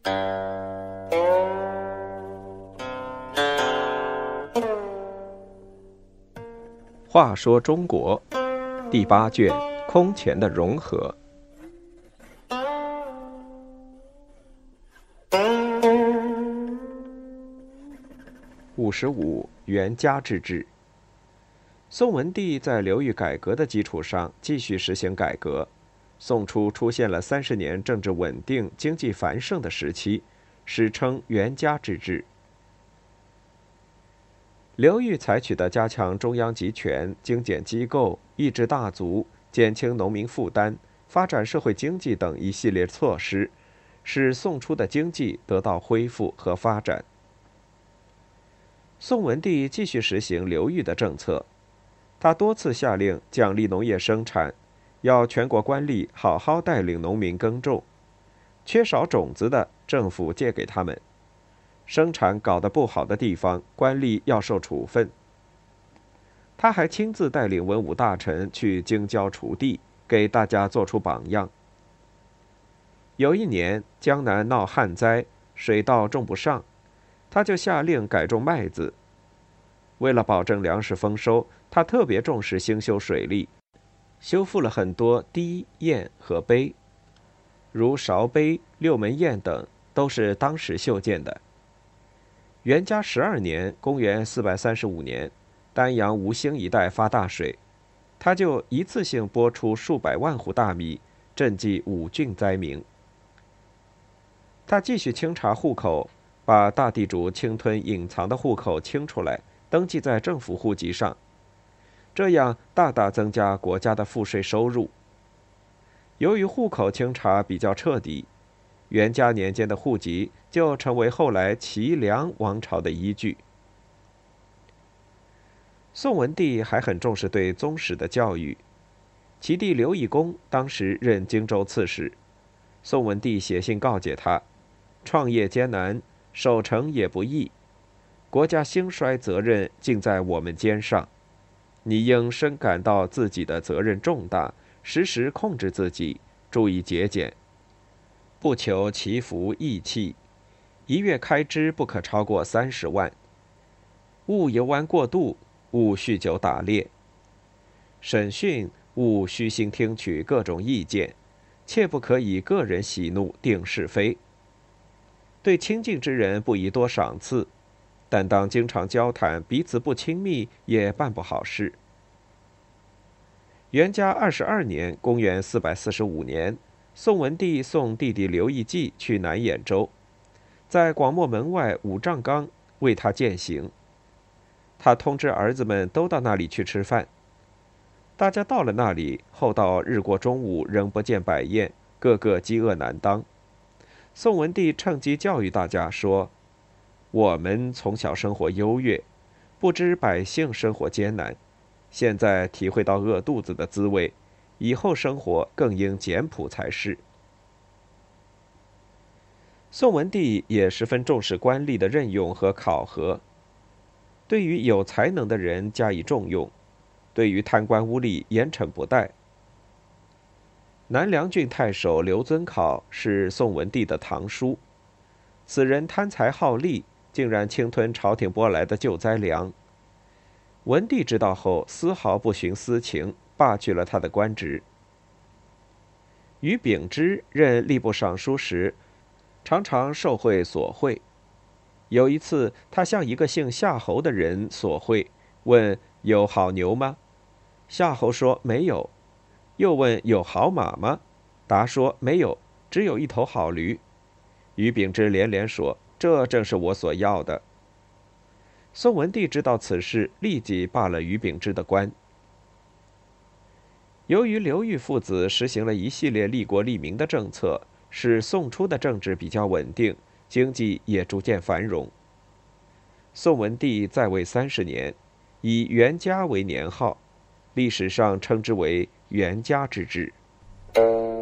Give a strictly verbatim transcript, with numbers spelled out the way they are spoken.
话说中国第八卷空前的融合。五十五元嘉之治。宋文帝在流域改革的基础上继续实行改革，宋初出现了三十年政治稳定、经济繁盛的时期，史称元嘉之治。流域采取的加强中央集权、精简机构、抑制大族、减轻农民负担、发展社会经济等一系列措施，使宋初的经济得到恢复和发展。宋文帝继续实行流域的政策，他多次下令奖励农业生产，要全国官吏好好带领农民耕种，缺少种子的政府借给他们，生产搞得不好的地方，官吏要受处分。他还亲自带领文武大臣去京郊锄地，给大家做出榜样。有一年江南闹旱灾，水稻种不上，他就下令改种麦子。为了保证粮食丰收，他特别重视兴修水利，修复了很多堤、堰和碑，如韶碑、六门堰等都是当时修建的。元嘉十二年，公元四百三十五年，丹阳吴兴一带发大水，他就一次性拨出数百万斛大米，赈济五郡灾民。他继续清查户口，把大地主侵吞隐藏的户口清出来，登记在政府户籍上，这样大大增加国家的赋税收入。由于户口清查比较彻底，元嘉年间的户籍就成为后来齐梁王朝的依据。宋文帝还很重视对宗室的教育，其弟刘义恭当时任荆州刺史，宋文帝写信告诫他，创业艰难，守成也不易，国家兴衰责任尽在我们肩上，你应深感到自己的责任重大，时时控制自己，注意节俭，不求祈福义气，一月开支不可超过三十万，勿游玩过度，勿酗酒打猎，审讯勿虚心听取各种意见，切不可以个人喜怒定是非。对亲近之人不宜多赏赐，但当经常交谈，彼此不亲密，也办不好事。元嘉二十二年，公元四百四十五年，宋文帝送弟弟刘义季去南兖州，在广漠门外五丈冈为他饯行。他通知儿子们都到那里去吃饭。大家到了那里，后到日过中午，仍不见摆宴，个个饥饿难当。宋文帝趁机教育大家说，我们从小生活优越，不知百姓生活艰难，现在体会到饿肚子的滋味，以后生活更应简朴才是。宋文帝也十分重视官吏的任用和考核，对于有才能的人加以重用，对于贪官污吏严惩不贷。南梁郡太守刘遵考是宋文帝的堂叔，此人贪财好利，竟然侵吞朝廷拨来的救灾粮。文帝知道后，丝毫不徇私情，罢去了他的官职。于秉之任吏部尚书时，常常受贿索贿。有一次，他向一个姓夏侯的人索贿，问有好牛吗？夏侯说没有。又问有好马吗？答说没有，只有一头好驴。于秉之连连说，这正是我所要的。宋文帝知道此事，立即罢了于秉之的官。由于刘裕父子实行了一系列利国利民的政策，使宋初的政治比较稳定，经济也逐渐繁荣。宋文帝在位三十年，以元嘉为年号，历史上称之为元嘉之治。